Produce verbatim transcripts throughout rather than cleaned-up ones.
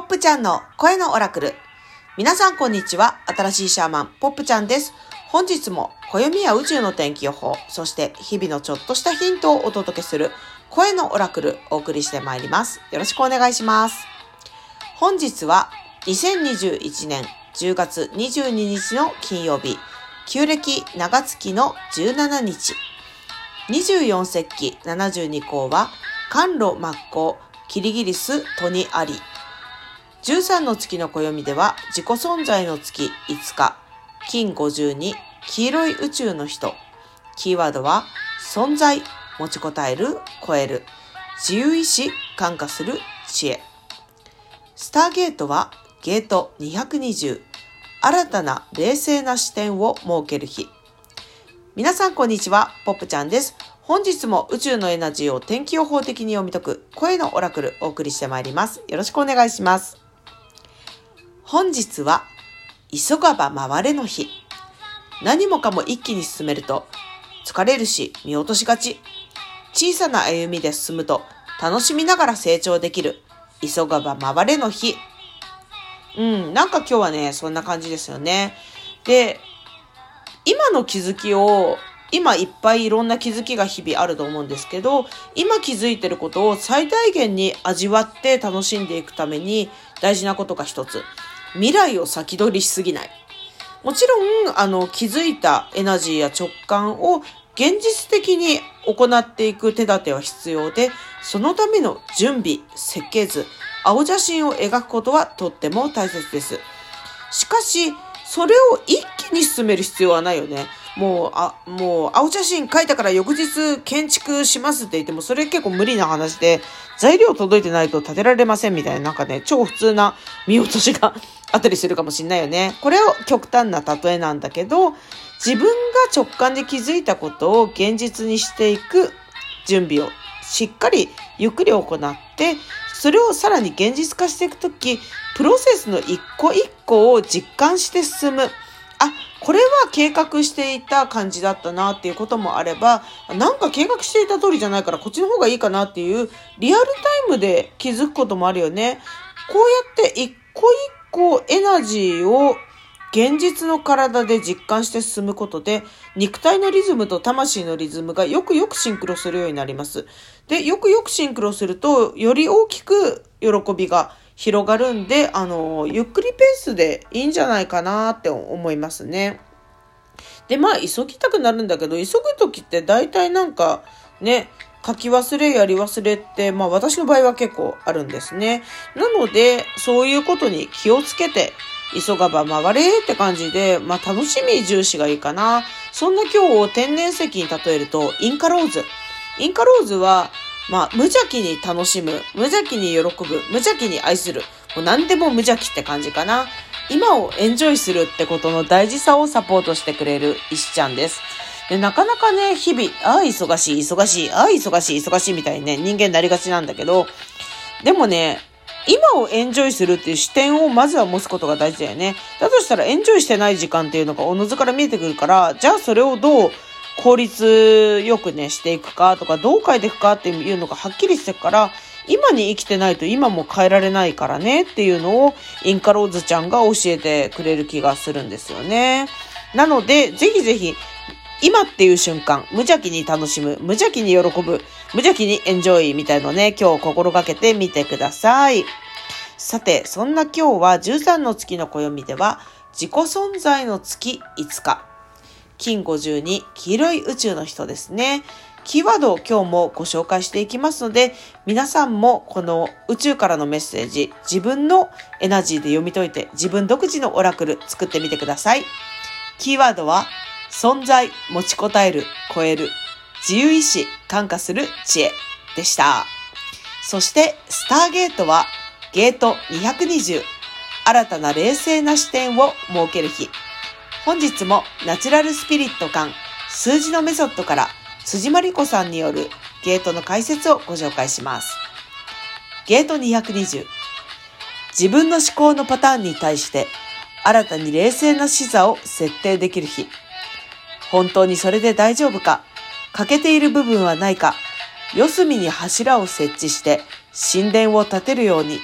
ップちゃんの声のオラクル。皆さんこんにちは。新しいシャーマン、ポップちゃんです。本日も暦や宇宙の天気予報、そして日々のちょっとしたヒントをお届けする声のオラクルお送りしてまいります。よろしくお願いします。本日はにせんにじゅういちねんじゅうがつにじゅうににちの金曜日、旧暦長月のじゅうしちにち、にじゅうよん節気ななじゅうに項は寒露末候、キリギリストニアリ。じゅうさんの月の暦では自己存在の月いつか、金ごじゅうに、黄色い宇宙の人。キーワードは存在、持ちこたえる、超える、自由意志、感化する、知恵。スターゲートはゲートにひゃくにじゅう、新たな冷静な視点を設ける日。皆さんこんにちは、ポップちゃんです。本日も宇宙のエナジーを天気予報的に読み解く声のオラクルお送りしてまいります。よろしくお願いします。本日は急がば回れの日。何もかも一気に進めると疲れるし見落としがち。小さな歩みで進むと楽しみながら成長できる。急がば回れの日。うん、なんか今日はね、そんな感じですよね。で、今の気づきを、今いっぱいいろんな気づきが日々あると思うんですけど、今気づいてることを最大限に味わって楽しんでいくために大事なことが一つ。未来を先取りしすぎない。もちろん、あの、気づいたエナジーや直感を現実的に行っていく手立ては必要で、そのための準備、設計図、青写真を描くことはとっても大切です。しかし、それを一気に進める必要はないよね。もう、あ、もう、青写真書いたから翌日建築しますって言っても、それ結構無理な話で、材料届いてないと建てられませんみたいな、なんかね、超普通な見落としがあったりするかもしれないよね。これを極端な例えなんだけど、自分が直感で気づいたことを現実にしていく準備をしっかりゆっくり行って、それをさらに現実化していくとき、プロセスの一個一個を実感して進む。あ、これは計画していた感じだったなっていうこともあれば、なんか計画していた通りじゃないからこっちの方がいいかなっていうリアルタイムで気づくこともあるよね。こうやって一個一個エナジーを現実の体で実感して進むことで、肉体のリズムと魂のリズムがよくよくシンクロするようになります。で、よくよくシンクロすると、より大きく喜びが広がるんで、あの、ゆっくりペースでいいんじゃないかなって思いますね。で、まあ、急ぎたくなるんだけど、急ぐときって大体なんか、ね、書き忘れやり忘れって、まあ私の場合は結構あるんですね。なので、そういうことに気をつけて、急がば回れって感じで、まあ楽しみ重視がいいかな。そんな今日を天然石に例えると、インカローズ。インカローズは、まあ無邪気に楽しむ、無邪気に喜ぶ、無邪気に愛する。もう何でも無邪気って感じかな。今をエンジョイするってことの大事さをサポートしてくれる石ちゃんです。で、なかなかね、日々、ああ、忙しい、忙しい、ああ、忙しい、忙しいみたいにね、人間になりがちなんだけど、でもね、今をエンジョイするっていう視点をまずは持つことが大事だよね。だとしたらエンジョイしてない時間っていうのがおのずから見えてくるから、じゃあそれをどう効率よくね、していくかとか、どう変えていくかっていうのがはっきりしてるから、今に生きてないと今も変えられないからねっていうのをインカローズちゃんが教えてくれる気がするんですよね。なので、ぜひぜひ、今っていう瞬間、無邪気に楽しむ、無邪気に喜ぶ、無邪気にエンジョイみたいのね、今日心がけてみてください。さて、そんな今日はじゅうさんの月の暦では、自己存在の月いつか、金ごじゅうに、黄色い宇宙の人ですね。キーワードを今日もご紹介していきますので、皆さんもこの宇宙からのメッセージ、自分のエナジーで読み解いて、自分独自のオラクル作ってみてください。キーワードは、存在、持ちこたえる、超える、自由意志、感化する知恵でした。そして、スターゲートは、ゲートにひゃくにじゅう、新たな冷静な視点を設ける日。本日もナチュラルスピリット感、数字のメソッドから、辻真理子さんによるゲートの解説をご紹介します。ゲートにひゃくにじゅう、自分の思考のパターンに対して、新たに冷静な視座を設定できる日。本当にそれで大丈夫か、欠けている部分はないか、四隅に柱を設置して神殿を建てるように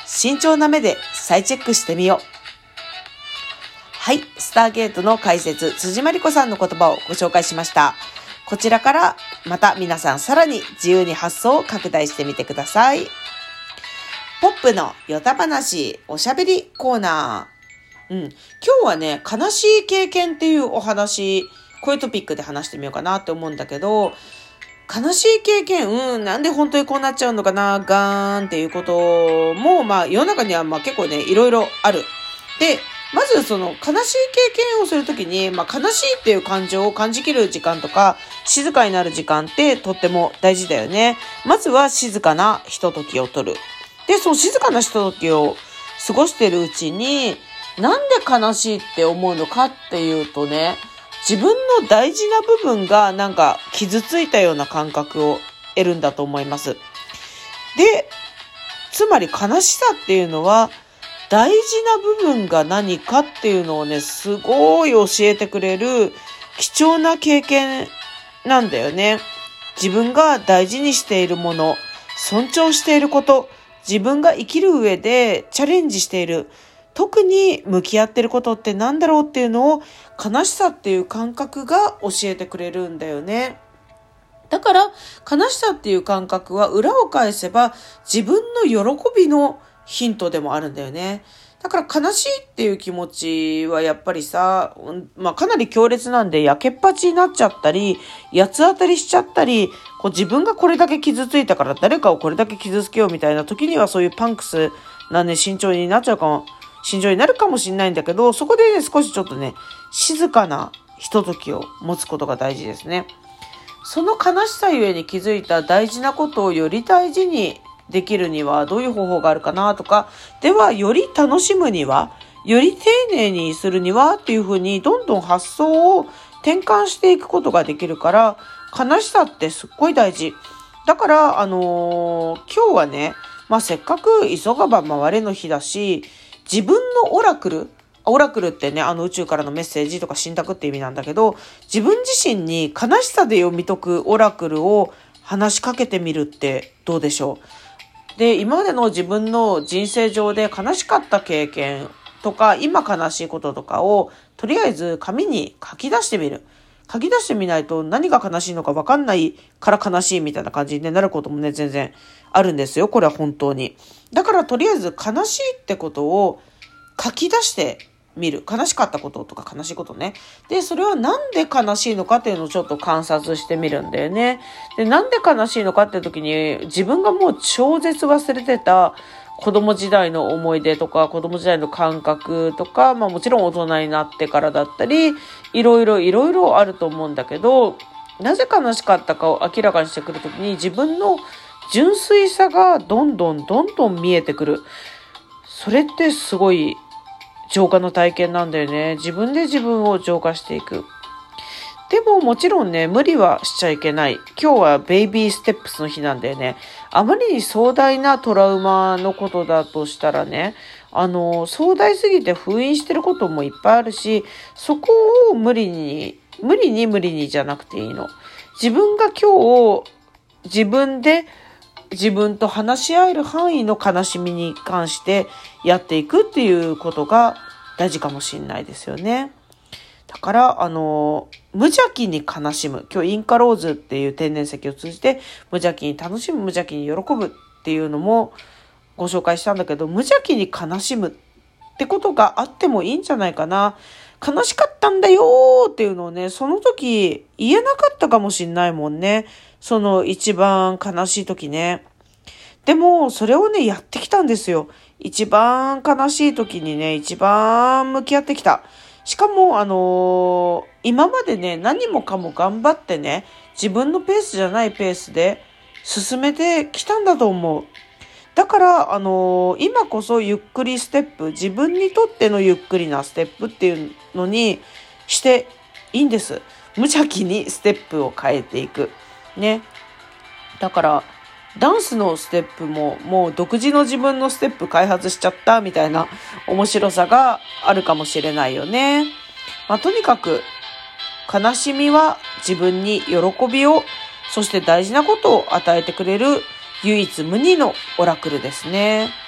慎重な目で再チェックしてみよう。はい、スターゲートの解説、辻真理子さんの言葉をご紹介しました。こちらからまた皆さんさらに自由に発想を拡大してみてください。ポップのヨタ話おしゃべりコーナー。うん、今日はね、悲しい経験っていうお話、こういうトピックで話してみようかなって思うんだけど、悲しい経験、うん、なんで本当にこうなっちゃうのかな、ガーンっていうことも、まあ世の中にはまあ結構ね、いろいろある。で、まずその悲しい経験をするときに、まあ悲しいっていう感情を感じきる時間とか、静かになる時間ってとっても大事だよね。まずは静かなひとときを取る。で、その静かなひとときを過ごしているうちに、なんで悲しいって思うのかっていうとね、自分の大事な部分がなんか傷ついたような感覚を得るんだと思います。で、つまり悲しさっていうのは大事な部分が何かっていうのをね、すごい教えてくれる貴重な経験なんだよね。自分が大事にしているもの、尊重していること、自分が生きる上でチャレンジしている、特に向き合ってることってなんだろうっていうのを悲しさっていう感覚が教えてくれるんだよね。だから悲しさっていう感覚は裏を返せば自分の喜びのヒントでもあるんだよね。だから悲しいっていう気持ちはやっぱりさ、まあかなり強烈なんでやけっぱちになっちゃったり、八つ当たりしちゃったり、こう自分がこれだけ傷ついたから誰かをこれだけ傷つけようみたいな時にはそういうパンクスなね、慎重になっちゃうかも。心情になるかもしれないんだけど、そこでね、少しちょっとね、静かなひとときを持つことが大事ですね。その悲しさゆえに気づいた大事なことをより大事にできるにはどういう方法があるかなとか、ではより楽しむには、より丁寧にするにはっていうふうにどんどん発想を転換していくことができるから、悲しさってすっごい大事。だから、あのー、今日はね、まあ、せっかく急がば回れの日だし、自分のオラクル、オラクルってね、あの宇宙からのメッセージとか信託って意味なんだけど、自分自身に悲しさで読み解くオラクルを話しかけてみるってどうでしょう。で、今までの自分の人生上で悲しかった経験とか、今悲しいこととかをとりあえず紙に書き出してみる。書き出してみないと何が悲しいのか分かんないから悲しいみたいな感じに、ね、なることもね、全然あるんですよ。これは本当に。だからとりあえず悲しいってことを書き出してみる。悲しかったこととか悲しいことね。で、それはなんで悲しいのかっていうのをちょっと観察してみるんだよね。で、なんで悲しいのかっていう時に自分がもう超絶忘れてた子供時代の思い出とか子供時代の感覚とか、まあもちろん大人になってからだったり、いろいろいろいろあると思うんだけど、なぜ悲しかったかを明らかにしてくるときに自分の純粋さがどんどんどんどん見えてくる。それってすごい浄化の体験なんだよね。自分で自分を浄化していく。でももちろんね、無理はしちゃいけない。今日はベイビーステップスの日なんだよね。あまりに壮大なトラウマのことだとしたらね、あの、壮大すぎて封印してることもいっぱいあるし、そこを無理に、無理に無理にじゃなくていいの。自分が今日、自分で自分と話し合える範囲の悲しみに関してやっていくっていうことが大事かもしれないですよね。だから、あの、無邪気に悲しむ。今日インカローズっていう天然石を通じて無邪気に楽しむ、無邪気に喜ぶっていうのもご紹介したんだけど、無邪気に悲しむってことがあってもいいんじゃないかな。悲しかったんだよーっていうのをね、その時言えなかったかもしんないもんね。その一番悲しい時ね。でも、それをね、やってきたんですよ。一番悲しい時にね、一番向き合ってきた。しかも、あのー、今までね、何もかも頑張ってね、自分のペースじゃないペースで進めてきたんだと思う。だから、あのー、今こそゆっくりステップ、自分にとってのゆっくりなステップっていうのにしていいんです。無邪気にステップを変えていく。ね。だから、ダンスのステップももう独自の自分のステップ開発しちゃったみたいな面白さがあるかもしれないよね。まあ、とにかく悲しみは自分に喜びを、そして大事なことを与えてくれる唯一無二のオラクルですね。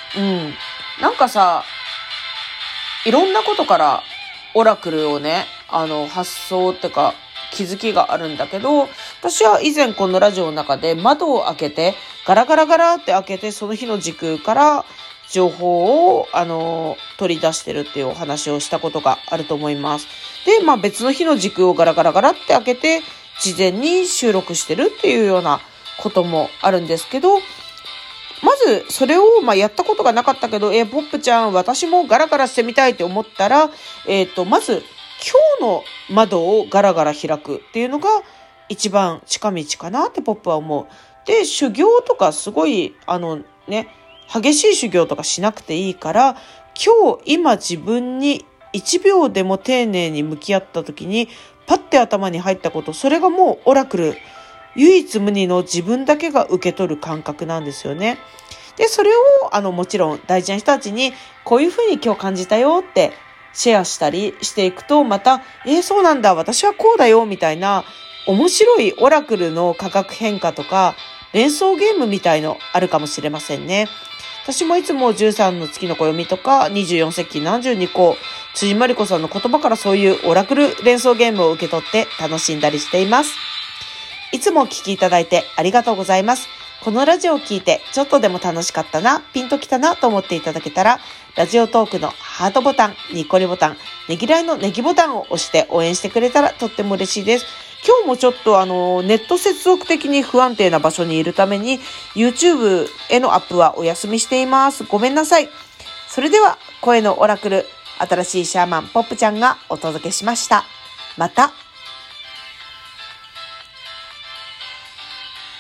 うん。なんかさ、いろんなことからオラクルをね、あの、発想ってか気づきがあるんだけど、私は以前このラジオの中で窓を開けて、ガラガラガラって開けて、その日の時空から情報を、あの、取り出してるっていうお話をしたことがあると思います。で、まあ別の日の時空をガラガラガラって開けて、事前に収録してるっていうようなこともあるんですけど、まずそれをまあやったことがなかったけど、えー、ポップちゃん私もガラガラしてみたいって思ったら、えっとまず今日の窓をガラガラ開くっていうのが一番近道かなってポップは思う。で、修行とかすごいあのね激しい修行とかしなくていいから、今日今自分にいちびょうでも丁寧に向き合った時にパッて頭に入ったこと、それがもうオラクル、唯一無二の自分だけが受け取る感覚なんですよね。で、それをあのもちろん大事な人たちにこういうふうに今日感じたよってシェアしたりしていくと、またえー、そうなんだ私はこうだよみたいな面白いオラクルの価格変化とか連想ゲームみたいのあるかもしれませんね。私もいつもじゅうさんの月の暦とかにじゅうよん節気ななじゅうにこ辻まりこさんの言葉からそういうオラクル連想ゲームを受け取って楽しんだりしています。いつもお聞きいただいてありがとうございます。このラジオを聞いてちょっとでも楽しかったな、ピンときたなと思っていただけたら、ラジオトークのハートボタン、ニコリボタン、ねぎらいのネギボタンを押して応援してくれたらとっても嬉しいです。今日もちょっとあのネット接続的に不安定な場所にいるために YouTube へのアップはお休みしています。ごめんなさい。それでは声のオラクル、新しいシャーマンポップちゃんがお届けしました。また。